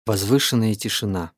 Возвышенная тишина.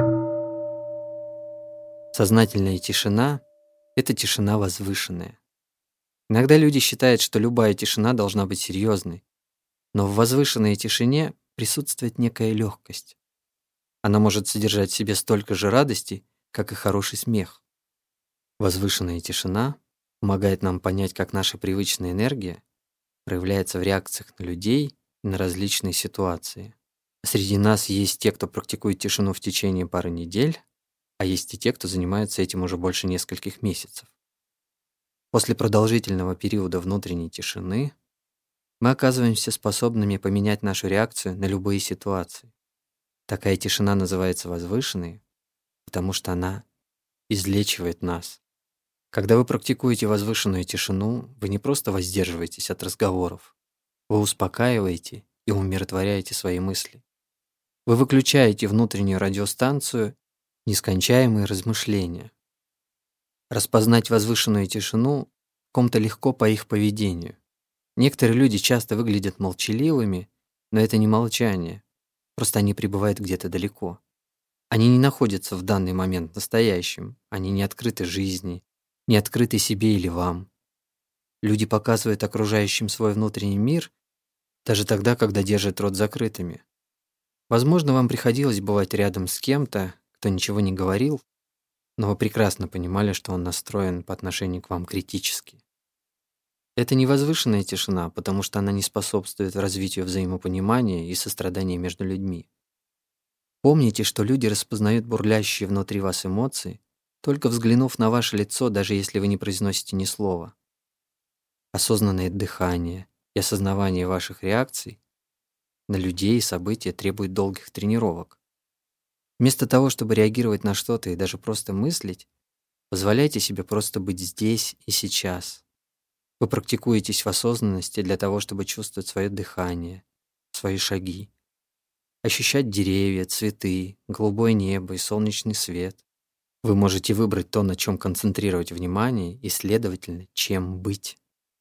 Сознательная тишина — это тишина возвышенная. Иногда люди считают, что любая тишина должна быть серьезной, но в возвышенной тишине присутствует некая легкость. Она может содержать в себе столько же радости, как и хороший смех. Возвышенная тишина помогает нам понять, как наша привычная энергия проявляется в реакциях на людей и на различные ситуации. Среди нас есть те, кто практикует тишину в течение пары недель, а есть и те, кто занимается этим уже больше нескольких месяцев. После продолжительного периода внутренней тишины мы оказываемся способными поменять нашу реакцию на любые ситуации. Такая тишина называется возвышенной, потому что она излечивает нас. Когда вы практикуете возвышенную тишину, вы не просто воздерживаетесь от разговоров, вы успокаиваете и умиротворяете свои мысли. Вы выключаете внутреннюю радиостанцию «Нескончаемые размышления». Распознать возвышенную тишину в ком-то легко по их поведению. Некоторые люди часто выглядят молчаливыми, но это не молчание, просто они пребывают где-то далеко. Они не находятся в данный момент настоящим, они не открыты жизни, не открыты себе или вам. Люди показывают окружающим свой внутренний мир даже тогда, когда держат рот закрытыми. Возможно, вам приходилось бывать рядом с кем-то, кто ничего не говорил, но вы прекрасно понимали, что он настроен по отношению к вам критически. Это не возвышенная тишина, потому что она не способствует развитию взаимопонимания и сострадания между людьми. Помните, что люди распознают бурлящие внутри вас эмоции, только взглянув на ваше лицо, даже если вы не произносите ни слова. Осознанное дыхание и осознавание ваших реакций на людей и события требует долгих тренировок. Вместо того, чтобы реагировать на что-то и даже просто мыслить, позволяйте себе просто быть здесь и сейчас. Вы практикуетесь в осознанности для того, чтобы чувствовать свое дыхание, свои шаги, ощущать деревья, цветы, голубое небо и солнечный свет. Вы можете выбрать то, на чем концентрировать внимание и, следовательно, чем быть.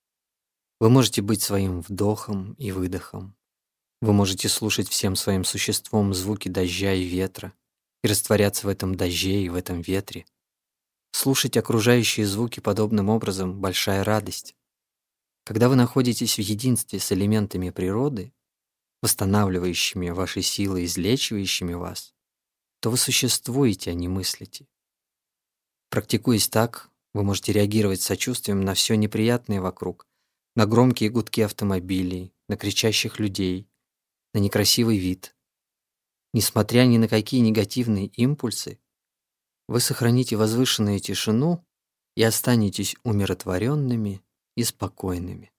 Вы можете быть своим вдохом и выдохом. Вы можете слушать всем своим существом звуки дождя и ветра и растворяться в этом дожде и в этом ветре. Слушать окружающие звуки подобным образом — большая радость. Когда вы находитесь в единстве с элементами природы, восстанавливающими ваши силы, излечивающими вас, то вы существуете, а не мыслите. Практикуясь так, вы можете реагировать с сочувствием на все неприятное вокруг, на громкие гудки автомобилей, на кричащих людей, на некрасивый вид. Несмотря ни на какие негативные импульсы, вы сохраните возвышенную тишину и останетесь умиротворенными и спокойными.